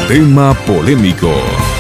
Tema polémico.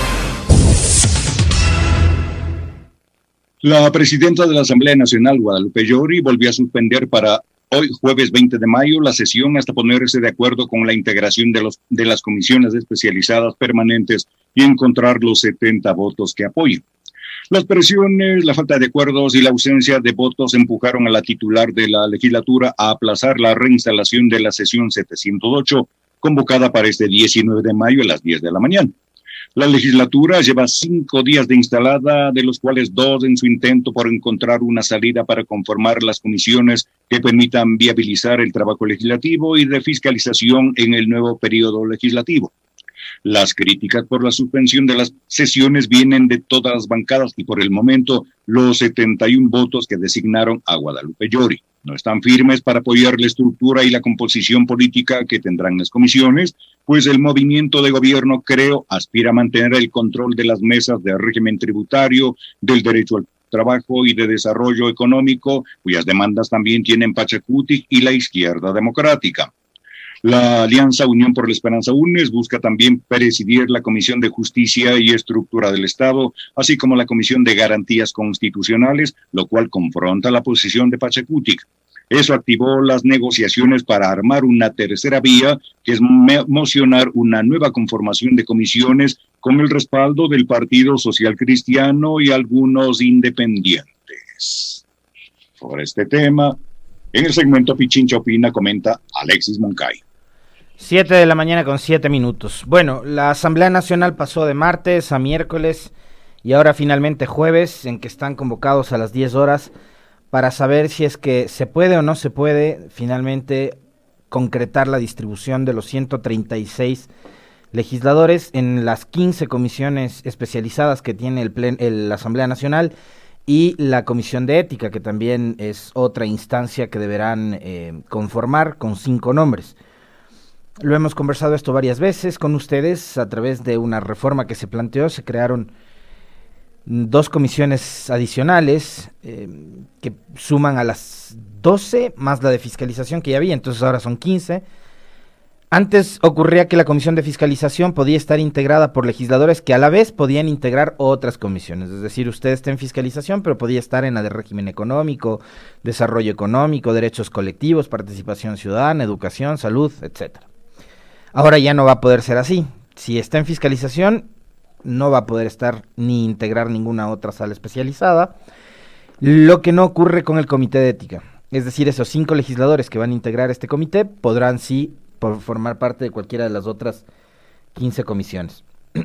La presidenta de la Asamblea Nacional, Guadalupe Llori, volvió a suspender para hoy, jueves 20 de mayo, la sesión hasta ponerse de acuerdo con la integración de las comisiones especializadas permanentes y encontrar los 70 votos que apoyen. Las presiones, la falta de acuerdos y la ausencia de votos empujaron a la titular de la legislatura a aplazar la reinstalación de la sesión 708, convocada para este 19 de mayo a las 10 de la mañana. La legislatura lleva 5 días de instalada, de los cuales 2 en su intento por encontrar una salida para conformar las comisiones que permitan viabilizar el trabajo legislativo y de fiscalización en el nuevo periodo legislativo. Las críticas por la suspensión de las sesiones vienen de todas las bancadas y por el momento los 71 votos que designaron a Guadalupe Llori no están firmes para apoyar la estructura y la composición política que tendrán las comisiones, pues el movimiento de gobierno, creo, aspira a mantener el control de las mesas de régimen tributario, del derecho al trabajo y de desarrollo económico, cuyas demandas también tienen Pachacutic y la izquierda democrática. La Alianza Unión por la Esperanza UNES busca también presidir la Comisión de Justicia y Estructura del Estado, así como la Comisión de Garantías Constitucionales, lo cual confronta la posición de Pachacutic. Eso activó las negociaciones para armar una tercera vía, que es mocionar una nueva conformación de comisiones con el respaldo del Partido Social Cristiano y algunos independientes. Sobre este tema, en el segmento Pichincha Opina, comenta Alexis Moncay. 7 de la mañana con 7 minutos. Bueno, la Asamblea Nacional pasó de martes a miércoles y ahora finalmente jueves, en que están convocados a las 10 horas para saber si es que se puede o no se puede finalmente concretar la distribución de los 136 legisladores en las 15 comisiones especializadas que tiene la Asamblea Nacional y la Comisión de Ética, que también es otra instancia que deberán conformar con 5 nombres. Lo hemos conversado esto varias veces con ustedes a través de una reforma que se planteó. Se crearon 2 comisiones adicionales que suman a las 12 más la de fiscalización que ya había, entonces ahora son 15. Antes ocurría que la comisión de fiscalización podía estar integrada por legisladores que a la vez podían integrar otras comisiones, es decir, usted está en fiscalización pero podía estar en la de régimen económico, desarrollo económico, derechos colectivos, participación ciudadana, educación, salud, etcétera. Ahora ya no va a poder ser así. Si está en fiscalización, no va a poder estar ni integrar ninguna otra sala especializada, lo que no ocurre con el comité de ética. Es decir, esos 5 legisladores que van a integrar este comité podrán sí formar parte de cualquiera de las otras 15 comisiones.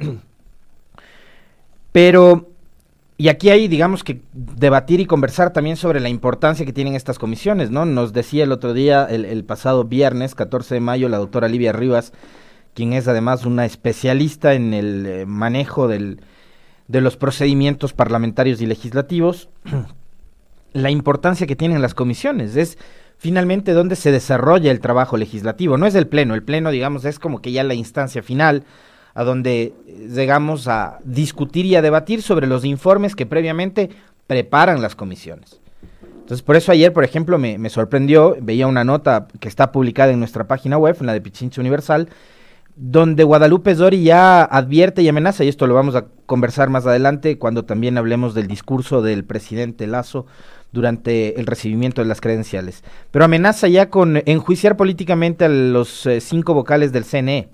Pero, y aquí hay, digamos, que debatir y conversar también sobre la importancia que tienen estas comisiones, ¿no? Nos decía el otro día, el pasado viernes, 14 de mayo, la doctora Livia Rivas, quien es además una especialista en el manejo de los procedimientos parlamentarios y legislativos, la importancia que tienen las comisiones. Es finalmente donde se desarrolla el trabajo legislativo, no es el pleno, digamos, es como que ya la instancia final, a donde llegamos a discutir y a debatir sobre los informes que previamente preparan las comisiones. Entonces, por eso ayer, por ejemplo, me sorprendió, veía una nota que está publicada en nuestra página web, en la de Pichincha Universal, donde Guadalupe Llori ya advierte y amenaza, y esto lo vamos a conversar más adelante cuando también hablemos del discurso del presidente Lasso durante el recibimiento de las credenciales, pero amenaza ya con enjuiciar políticamente a los 5 vocales del CNE.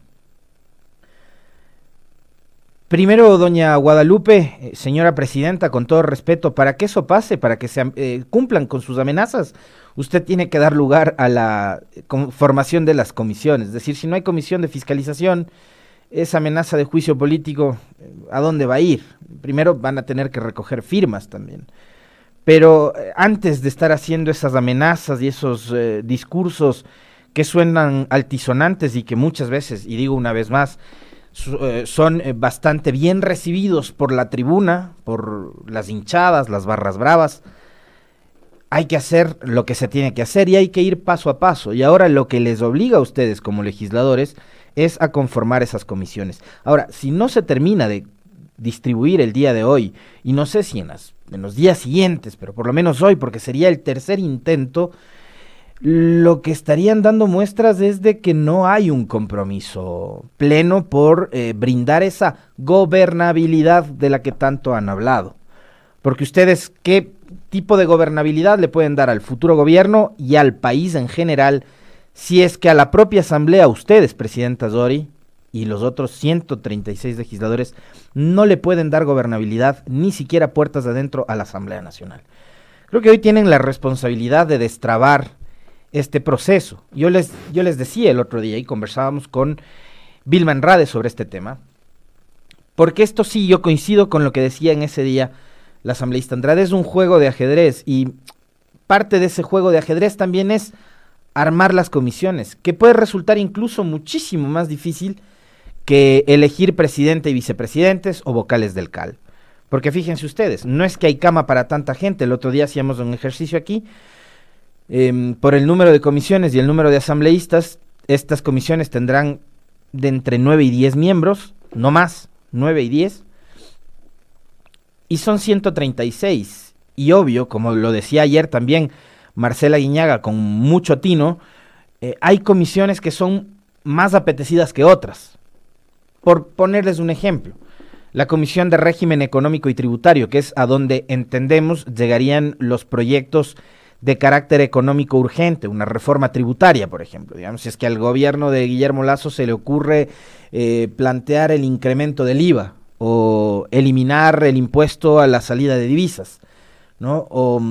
Primero, doña Guadalupe, señora presidenta, con todo respeto, para que eso pase, para que se cumplan con sus amenazas, usted tiene que dar lugar a la formación de las comisiones. Es decir, si no hay comisión de fiscalización, esa amenaza de juicio político, ¿a dónde va a ir? Primero van a tener que recoger firmas también. Pero antes de estar haciendo esas amenazas y esos discursos que suenan altisonantes y que muchas veces, y digo una vez más, son bastante bien recibidos por la tribuna, por las hinchadas, las barras bravas, hay que hacer lo que se tiene que hacer y hay que ir paso a paso. Y ahora lo que les obliga a ustedes como legisladores es a conformar esas comisiones. Ahora, si no se termina de distribuir el día de hoy, y no sé si en los días siguientes, pero por lo menos hoy, porque sería el tercer intento, lo que estarían dando muestras es de que no hay un compromiso pleno por brindar esa gobernabilidad de la que tanto han hablado. Porque ustedes, ¿qué tipo de gobernabilidad le pueden dar al futuro gobierno y al país en general si es que a la propia asamblea, ustedes, presidenta Zori, y los otros 136 legisladores no le pueden dar gobernabilidad ni siquiera puertas adentro a la Asamblea Nacional? Creo que hoy tienen la responsabilidad de destrabar este proceso. Yo les decía el otro día y conversábamos con Vilma Andrade sobre este tema, porque esto sí, yo coincido con lo que decía en ese día la asambleísta Andrade, es un juego de ajedrez y parte de ese juego de ajedrez también es armar las comisiones, que puede resultar incluso muchísimo más difícil que elegir presidente y vicepresidentes o vocales del CAL. Porque fíjense ustedes, no es que hay cama para tanta gente. El otro día hacíamos un ejercicio aquí, por el número de comisiones y el número de asambleístas, estas comisiones tendrán de entre 9 y 10 miembros, no más, 9 y 10, y son 136. Y obvio, como lo decía ayer también Marcela Guiñaga con mucho tino, hay comisiones que son más apetecidas que otras. Por ponerles un ejemplo, la Comisión de Régimen Económico y Tributario, que es a donde entendemos llegarían los proyectos de carácter económico urgente, una reforma tributaria, por ejemplo. Digamos, si es que al gobierno de Guillermo Lasso se le ocurre plantear el incremento del IVA o eliminar el impuesto a la salida de divisas, ¿no? O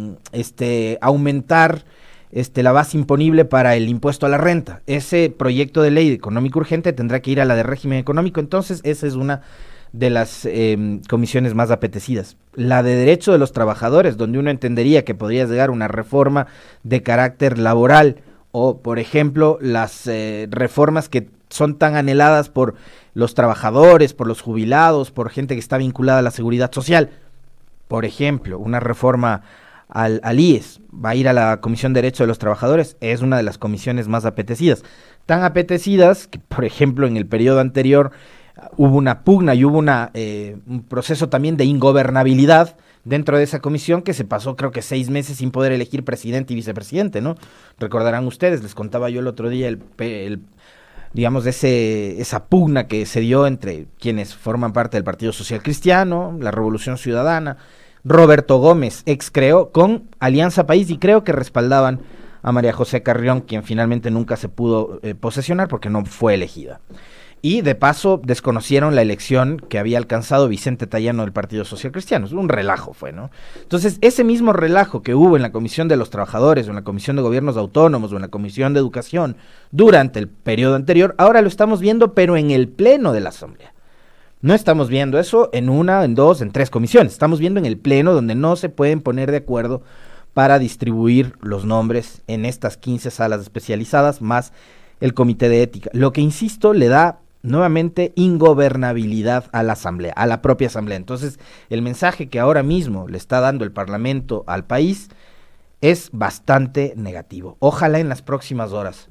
aumentar la base imponible para el impuesto a la renta. Ese proyecto de ley de económico urgente tendrá que ir a la de régimen económico, entonces esa es una de las comisiones más apetecidas. La de Derecho de los Trabajadores, donde uno entendería que podría llegar una reforma de carácter laboral, o por ejemplo las reformas que son tan anheladas por los trabajadores, por los jubilados, por gente que está vinculada a la seguridad social. Por ejemplo, una reforma al IES, va a ir a la Comisión de Derecho de los Trabajadores, es una de las comisiones más apetecidas. Tan apetecidas que, por ejemplo, en el periodo anterior hubo una pugna y hubo un proceso también de ingobernabilidad dentro de esa comisión que se pasó creo que 6 meses sin poder elegir presidente y vicepresidente, ¿no? Recordarán ustedes, les contaba yo el otro día digamos, esa pugna que se dio entre quienes forman parte del Partido Social Cristiano, la Revolución Ciudadana, Roberto Gómez, excreo, con Alianza País, y creo que respaldaban a María José Carrión, quien finalmente nunca se pudo posesionar porque no fue elegida. Y de paso desconocieron la elección que había alcanzado Vicente Tayano del Partido Social Cristiano. Un relajo fue, ¿no? Entonces, ese mismo relajo que hubo en la Comisión de los Trabajadores, o en la Comisión de Gobiernos Autónomos, o en la Comisión de Educación durante el periodo anterior, ahora lo estamos viendo, pero en el Pleno de la Asamblea. No estamos viendo eso en 1, en 2, en 3 comisiones. Estamos viendo en el Pleno, donde no se pueden poner de acuerdo para distribuir los nombres en estas 15 salas especializadas, más el Comité de Ética. Lo que, insisto, le da nuevamente ingobernabilidad a la Asamblea, a la propia Asamblea. Entonces, el mensaje que ahora mismo le está dando el Parlamento al país es bastante negativo. Ojalá en las próximas horas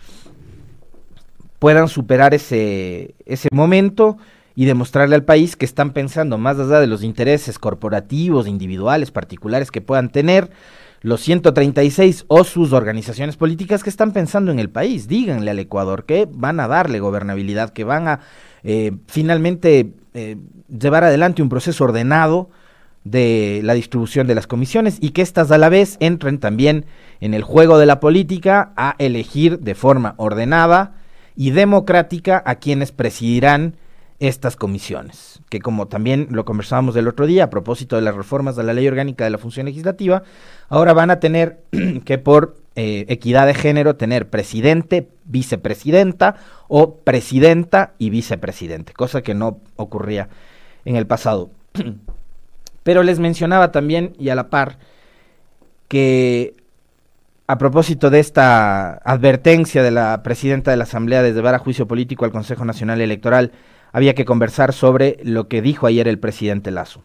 puedan superar ese momento y demostrarle al país que están pensando más allá de los intereses corporativos, individuales, particulares que puedan tener los 136 o sus organizaciones políticas, que están pensando en el país. Díganle al Ecuador que van a darle gobernabilidad, que van a finalmente llevar adelante un proceso ordenado de la distribución de las comisiones, y que éstas a la vez entren también en el juego de la política a elegir de forma ordenada y democrática a quienes presidirán estas comisiones, que como también lo conversábamos el otro día a propósito de las reformas de la Ley Orgánica de la Función Legislativa, ahora van a tener que por equidad de género tener presidente, vicepresidenta o presidenta y vicepresidente, cosa que no ocurría en el pasado. Pero les mencionaba también, y a la par, que a propósito de esta advertencia de la presidenta de la Asamblea de llevar a juicio político al Consejo Nacional Electoral, había que conversar sobre lo que dijo ayer el presidente Lasso.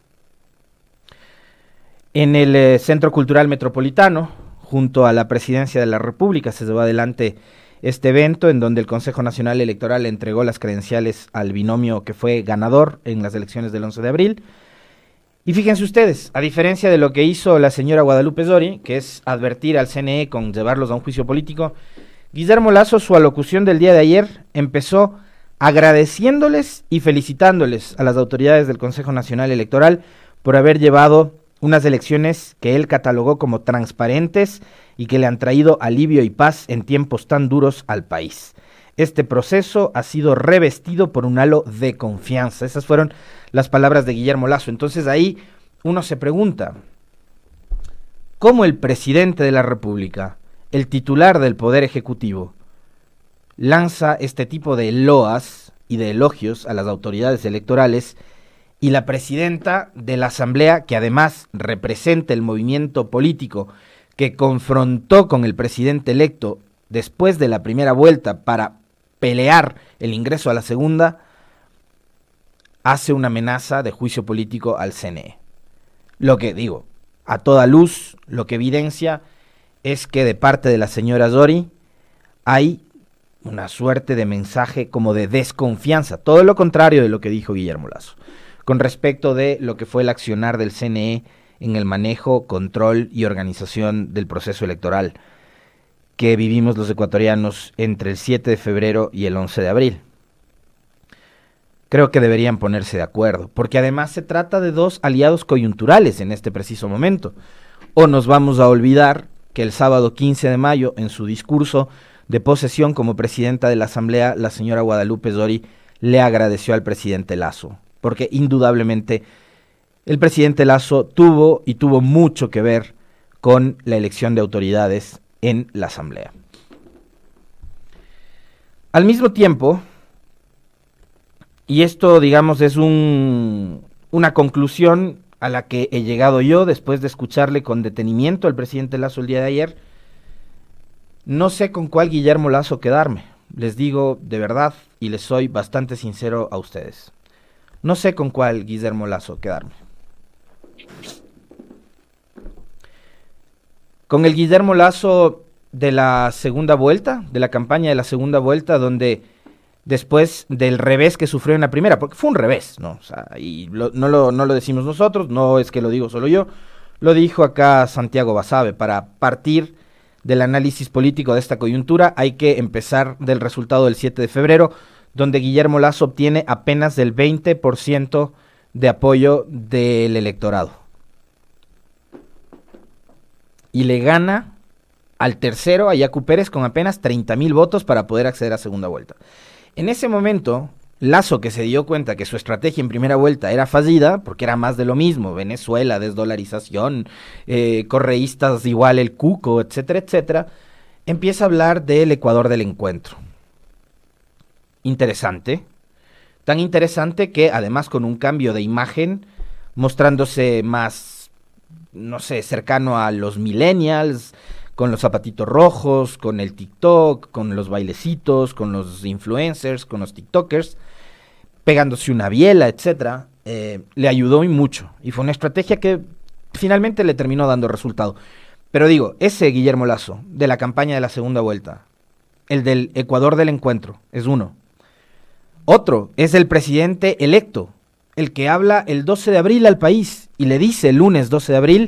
En el Centro Cultural Metropolitano, junto a la Presidencia de la República, se llevó adelante este evento en donde el Consejo Nacional Electoral le entregó las credenciales al binomio que fue ganador en las elecciones del 11 de abril. Y fíjense ustedes, a diferencia de lo que hizo la señora Guadalupe Zori, que es advertir al CNE con llevarlos a un juicio político, Guillermo Lasso, su alocución del día de ayer, empezó agradeciéndoles y felicitándoles a las autoridades del Consejo Nacional Electoral por haber llevado unas elecciones que él catalogó como transparentes y que le han traído alivio y paz en tiempos tan duros al país. Este proceso ha sido revestido por un halo de confianza. Esas fueron las palabras de Guillermo Lasso. Entonces ahí uno se pregunta, ¿cómo el presidente de la República, el titular del Poder Ejecutivo, lanza este tipo de loas y de elogios a las autoridades electorales y la presidenta de la Asamblea, que además representa el movimiento político que confrontó con el presidente electo después de la primera vuelta para pelear el ingreso a la segunda, hace una amenaza de juicio político al CNE? Lo que digo, a toda luz, lo que evidencia es que de parte de la señora Zori hay una suerte de mensaje como de desconfianza, todo lo contrario de lo que dijo Guillermo Lasso, con respecto de lo que fue el accionar del CNE en el manejo, control y organización del proceso electoral que vivimos los ecuatorianos entre el 7 de febrero y el 11 de abril. Creo que deberían ponerse de acuerdo, porque además se trata de dos aliados coyunturales en este preciso momento. O nos vamos a olvidar que el sábado 15 de mayo, en su discurso de posesión como presidenta de la Asamblea, la señora Guadalupe Zori le agradeció al presidente Lasso, porque indudablemente el presidente Lasso tuvo mucho que ver con la elección de autoridades en la Asamblea. Al mismo tiempo, y esto digamos es una conclusión a la que he llegado yo después de escucharle con detenimiento al presidente Lasso el día de ayer, no sé con cuál Guillermo Lasso quedarme, les digo de verdad y les soy bastante sincero a ustedes. No sé con cuál Guillermo Lasso quedarme. Con el Guillermo Lasso de la segunda vuelta, de la campaña de la segunda vuelta, donde después del revés que sufrió en la primera, porque fue un revés, ¿no? O sea, y no lo decimos nosotros, no es que lo digo solo yo, lo dijo acá Santiago Basabe. Para partir del análisis político de esta coyuntura hay que empezar del resultado del 7 de febrero, donde Guillermo Lasso obtiene apenas del 20% de apoyo del electorado. Y le gana al tercero, a Yacu Pérez, con apenas 30,000 votos para poder acceder a segunda vuelta. En ese momento, Lasso, que se dio cuenta que su estrategia en primera vuelta era fallida, porque era más de lo mismo, Venezuela, desdolarización, correístas igual el Cuco, etcétera, etcétera, empieza a hablar del Ecuador del encuentro. Interesante, tan interesante que además con un cambio de imagen, mostrándose más, no sé, cercano a los millennials, con los zapatitos rojos, con el TikTok, con los bailecitos, con los influencers, con los TikTokers, pegándose una biela, etcétera, le ayudó y mucho. Y fue una estrategia que finalmente le terminó dando resultado. Pero digo, ese Guillermo Lasso de la campaña de la segunda vuelta, el del Ecuador del encuentro, es uno. Otro es el presidente electo, el que habla el 12 de abril al país y le dice el lunes 12 de abril,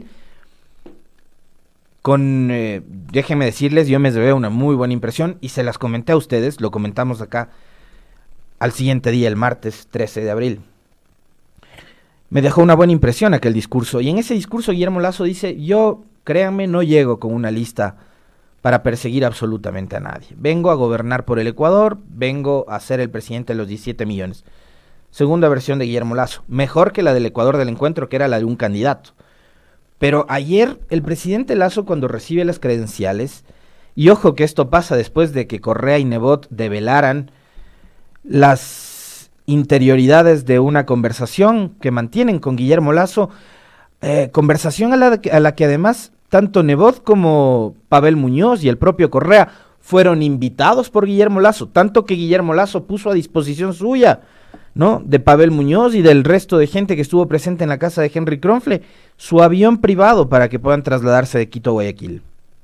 déjenme decirles, yo me llevé una muy buena impresión y se las comenté a ustedes, lo comentamos acá al siguiente día, el martes 13 de abril. Me dejó una buena impresión aquel discurso, y en ese discurso Guillermo Lasso dice, yo, créanme, no llego con una lista para perseguir absolutamente a nadie. Vengo a gobernar por el Ecuador, vengo a ser el presidente de los 17 millones. Segunda versión de Guillermo Lasso, mejor que la del Ecuador del encuentro, que era la de un candidato. Pero ayer el presidente Lasso, cuando recibe las credenciales, y ojo que esto pasa después de que Correa y Nebot develaran las interioridades de una conversación que mantienen con Guillermo Lasso, conversación a la que además tanto Nebot como Pavel Muñoz y el propio Correa fueron invitados por Guillermo Lasso, tanto que Guillermo Lasso puso a disposición suya, ¿no?, de Pavel Muñoz y del resto de gente que estuvo presente en la casa de Henry Kronfle, su avión privado para que puedan trasladarse de Quito a Guayaquil.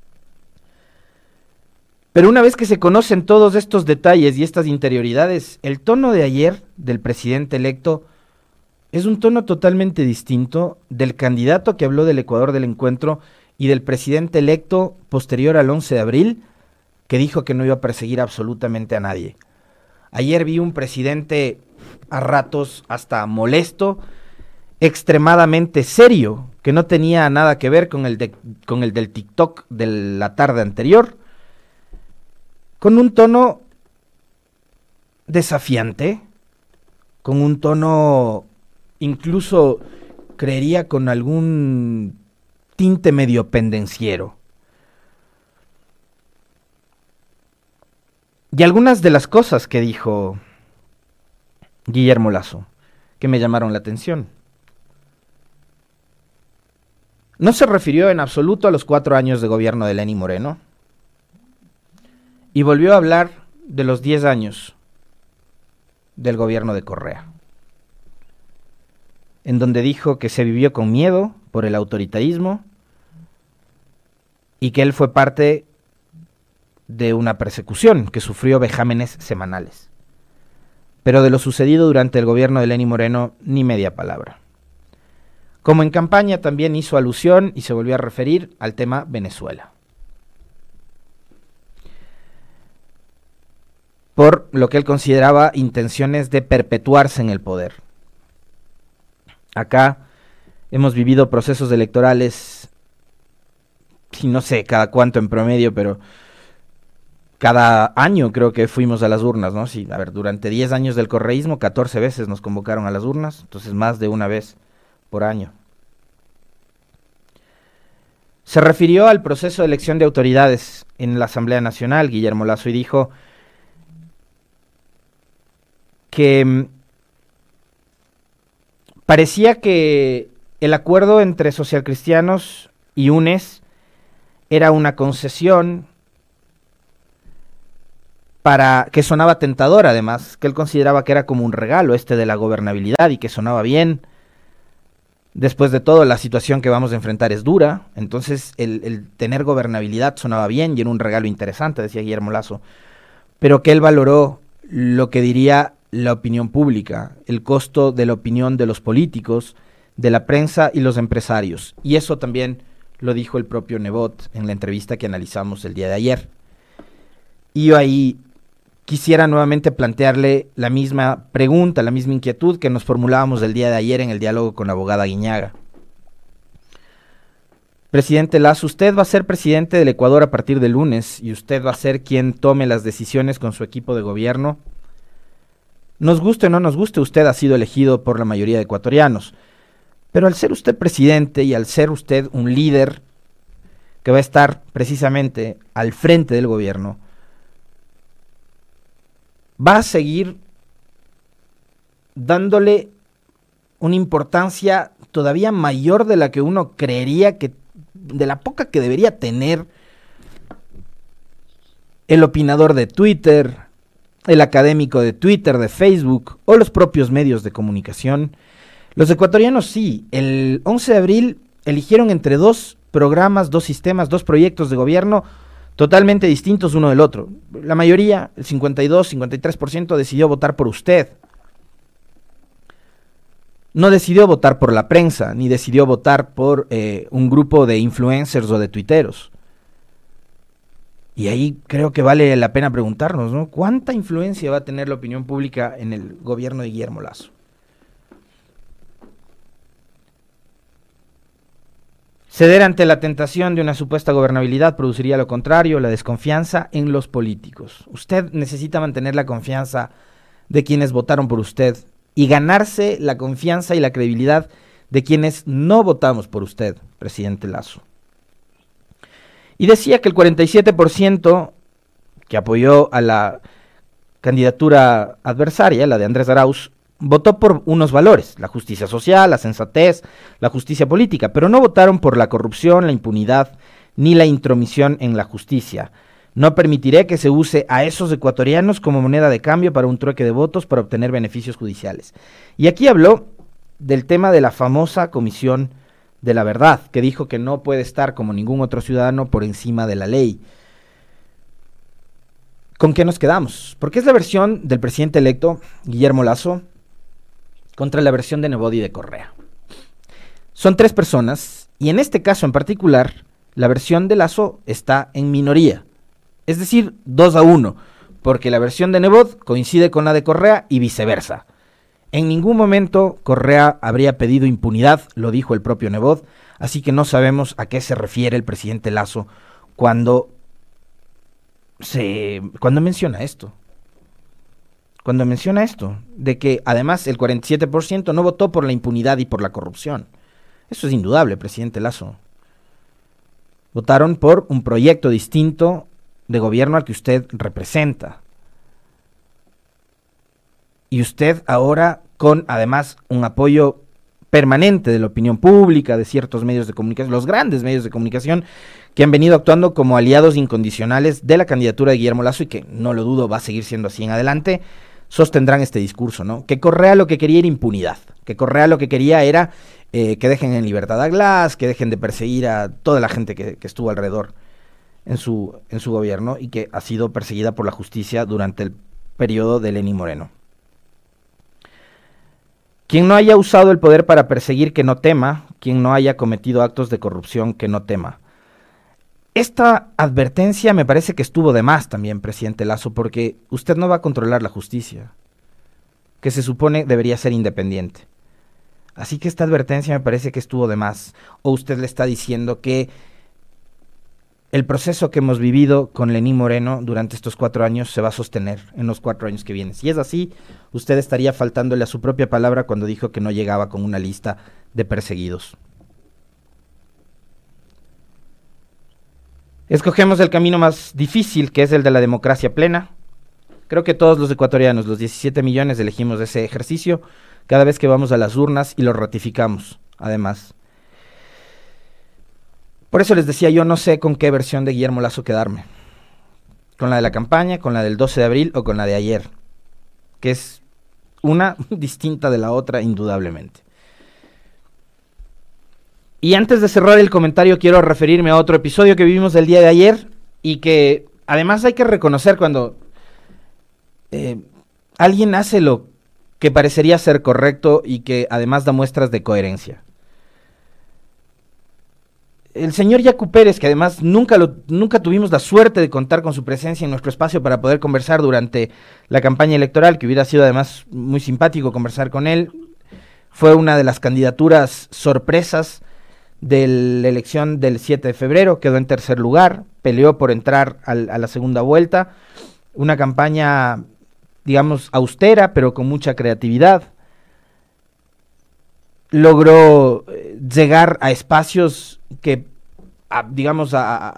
Pero una vez que se conocen todos estos detalles y estas interioridades, el tono de ayer del presidente electo es un tono totalmente distinto del candidato que habló del Ecuador del encuentro y del presidente electo posterior al 11 de abril, que dijo que no iba a perseguir absolutamente a nadie. Ayer vi un presidente a ratos hasta molesto, extremadamente serio, que no tenía nada que ver con el del TikTok de la tarde anterior, con un tono desafiante, con un tono incluso, creería, con algún tinte medio pendenciero. Y algunas de las cosas que dijo Guillermo Lasso, que me llamaron la atención. No se refirió en absoluto a los 4 años de gobierno de Lenín Moreno, y volvió a hablar de los 10 años del gobierno de Correa, en donde dijo que se vivió con miedo por el autoritarismo y que él fue parte de una persecución, que sufrió vejámenes semanales. Pero de lo sucedido durante el gobierno de Lenín Moreno, ni media palabra. Como en campaña, también hizo alusión y se volvió a referir al tema Venezuela, por lo que él consideraba intenciones de perpetuarse en el poder. Acá hemos vivido procesos electorales, y no sé cada cuánto en promedio, pero cada año creo que fuimos a las urnas, ¿no? Sí, a ver, durante 10 años del correísmo, 14 veces nos convocaron a las urnas, entonces más de una vez por año. Se refirió al proceso de elección de autoridades en la Asamblea Nacional, Guillermo Lasso, y dijo que parecía que el acuerdo entre socialcristianos y UNES era una concesión para que sonaba tentador, además, que él consideraba que era como un regalo de la gobernabilidad y que sonaba bien. Después de todo, la situación que vamos a enfrentar es dura, entonces el tener gobernabilidad sonaba bien y era un regalo interesante, decía Guillermo Lasso, pero que él valoró lo que diría la opinión pública, el costo de la opinión de los políticos, de la prensa y los empresarios. Y eso también lo dijo el propio Nebot en la entrevista que analizamos el día de ayer. Y yo ahí quisiera nuevamente plantearle la misma pregunta, la misma inquietud que nos formulábamos el día de ayer en el diálogo con la abogada Guiñaga. Presidente Lasso, usted va a ser presidente del Ecuador a partir del lunes y usted va a ser quien tome las decisiones con su equipo de gobierno. Nos guste o no nos guste, usted ha sido elegido por la mayoría de ecuatorianos. Pero al ser usted presidente y al ser usted un líder que va a estar precisamente al frente del gobierno, va a seguir dándole una importancia todavía mayor de la que uno creería que, de la poca que debería tener el opinador de Twitter, el académico de Twitter, de Facebook o los propios medios de comunicación. Los ecuatorianos sí, el 11 de abril eligieron entre 2 programas, 2 sistemas, 2 proyectos de gobierno totalmente distintos uno del otro. La mayoría, el 52, 53%, decidió votar por usted. No decidió votar por la prensa, ni decidió votar por un grupo de influencers o de tuiteros. Y ahí creo que vale la pena preguntarnos, ¿no? ¿Cuánta influencia va a tener la opinión pública en el gobierno de Guillermo Lasso? Ceder ante la tentación de una supuesta gobernabilidad produciría lo contrario, la desconfianza en los políticos. Usted necesita mantener la confianza de quienes votaron por usted y ganarse la confianza y la credibilidad de quienes no votamos por usted, presidente Lasso. Y decía que el 47% que apoyó a la candidatura adversaria, la de Andrés Arauz, votó por unos valores, la justicia social, la sensatez, la justicia política, pero no votaron por la corrupción, la impunidad, ni la intromisión en la justicia. No permitiré que se use a esos ecuatorianos como moneda de cambio para un trueque de votos para obtener beneficios judiciales. Y aquí habló del tema de la famosa Comisión de la Verdad, que dijo que no puede estar como ningún otro ciudadano por encima de la ley. ¿Con qué nos quedamos? Porque es la versión del presidente electo, Guillermo Lasso, contra la versión de Nebot y de Correa. Son 3 personas, y en este caso en particular, la versión de Lasso está en minoría. Es decir, 2-1, porque la versión de Nebot coincide con la de Correa y viceversa. En ningún momento Correa habría pedido impunidad, lo dijo el propio Nebot, así que no sabemos a qué se refiere el presidente Lasso cuando menciona esto. Cuando menciona esto, de que además el 47% no votó por la impunidad y por la corrupción. Eso es indudable, presidente Lasso. Votaron por un proyecto distinto de gobierno al que usted representa. Y usted ahora, con además un apoyo permanente de la opinión pública, de ciertos medios de comunicación, los grandes medios de comunicación, que han venido actuando como aliados incondicionales de la candidatura de Guillermo Lasso y que, no lo dudo, va a seguir siendo así en adelante, sostendrán este discurso, ¿no? Que Correa lo que quería era impunidad, que Correa lo que quería era que dejen en libertad a Glass, que dejen de perseguir a toda la gente que estuvo alrededor en su gobierno y que ha sido perseguida por la justicia durante el periodo de Lenín Moreno. Quien no haya usado el poder para perseguir, que no tema. Quien no haya cometido actos de corrupción, que no tema. Esta advertencia me parece que estuvo de más también, presidente Lasso, porque usted no va a controlar la justicia, que se supone debería ser independiente. Así que esta advertencia me parece que estuvo de más. O usted le está diciendo que el proceso que hemos vivido con Lenín Moreno durante estos 4 años se va a sostener en los 4 años que vienen. Si es así, usted estaría faltándole a su propia palabra cuando dijo que no llegaba con una lista de perseguidos. Escogemos el camino más difícil, que es el de la democracia plena. Creo que todos los ecuatorianos, los 17 millones, elegimos ese ejercicio cada vez que vamos a las urnas y lo ratificamos, además. Por eso les decía, yo no sé con qué versión de Guillermo Lasso quedarme. Con la de la campaña, con la del 12 de abril o con la de ayer, que es una distinta de la otra, indudablemente. Y antes de cerrar el comentario, quiero referirme a otro episodio que vivimos el día de ayer y que además hay que reconocer cuando alguien hace lo que parecería ser correcto y que además da muestras de coherencia. El señor Yacu Pérez, que además nunca tuvimos la suerte de contar con su presencia en nuestro espacio para poder conversar durante la campaña electoral, que hubiera sido además muy simpático conversar con él, fue una de las candidaturas sorpresas de la elección del 7 de febrero, quedó en tercer lugar, peleó por entrar a la segunda vuelta, una campaña, digamos, austera, pero con mucha creatividad. Logró llegar a espacios que, digamos, a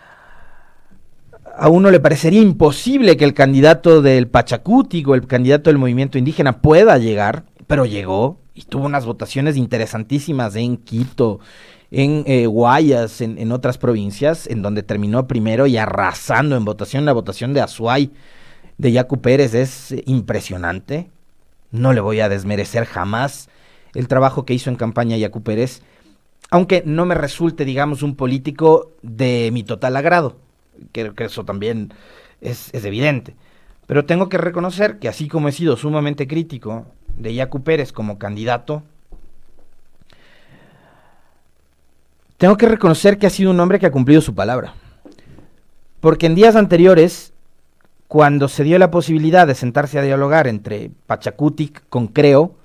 uno le parecería imposible que el candidato del Pachacutic o el candidato del movimiento indígena pueda llegar, pero llegó y tuvo unas votaciones interesantísimas en Quito, en Guayas, en otras provincias, en donde terminó primero y arrasando en votación. La votación de Azuay de Yacu Pérez es impresionante. No le voy a desmerecer jamás el trabajo que hizo en campaña Yacu Pérez, aunque no me resulte, digamos, un político de mi total agrado, que eso también es evidente. Pero tengo que reconocer que así como he sido sumamente crítico de Yacu Pérez como candidato, tengo que reconocer que ha sido un hombre que ha cumplido su palabra. Porque en días anteriores, cuando se dio la posibilidad de sentarse a dialogar entre Pachacutic con Creo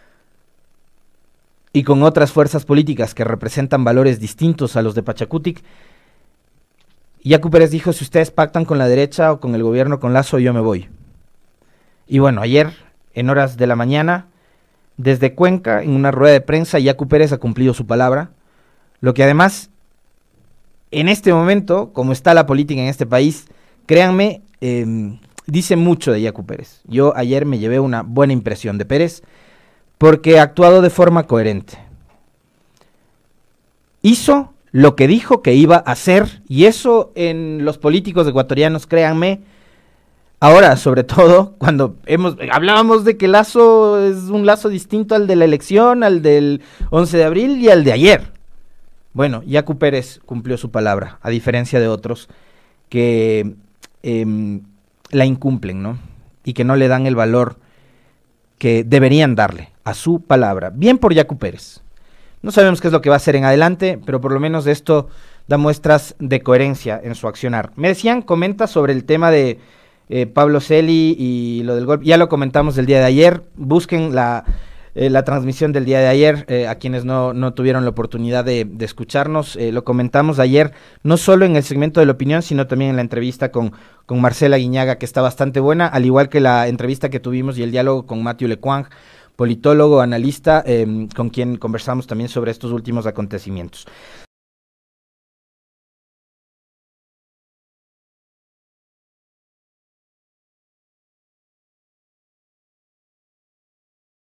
y con otras fuerzas políticas que representan valores distintos a los de Pachacutic, Yacu Pérez dijo: si ustedes pactan con la derecha o con el gobierno con Lasso, yo me voy. Y bueno, ayer, en horas de la mañana, desde Cuenca, en una rueda de prensa, Yacu Pérez ha cumplido su palabra, lo que además, en este momento, como está la política en este país, créanme, dice mucho de Yacu Pérez. Yo ayer me llevé una buena impresión de Pérez, porque ha actuado de forma coherente. Hizo lo que dijo que iba a hacer, y eso en los políticos ecuatorianos, créanme, ahora sobre todo cuando hablábamos de que Lasso es un Lasso distinto al de la elección, al del 11 de abril y al de ayer. Bueno, Yacu Pérez cumplió su palabra, a diferencia de otros que la incumplen, ¿no? Y que no le dan el valor que deberían darle a su palabra. Bien por Yacu Pérez. No sabemos qué es lo que va a hacer en adelante, pero por lo menos esto da muestras de coherencia en su accionar. Me decían, comenta sobre el tema de Pablo Celi y lo del golpe. Ya lo comentamos el día de ayer. Busquen la transmisión del día de ayer, a quienes no tuvieron la oportunidad de escucharnos. Lo comentamos ayer, no solo en el segmento de la opinión, sino también en la entrevista con Marcela Guiñaga, que está bastante buena, al igual que la entrevista que tuvimos y el diálogo con Matthew Lequang, politólogo, analista, con quien conversamos también sobre estos últimos acontecimientos.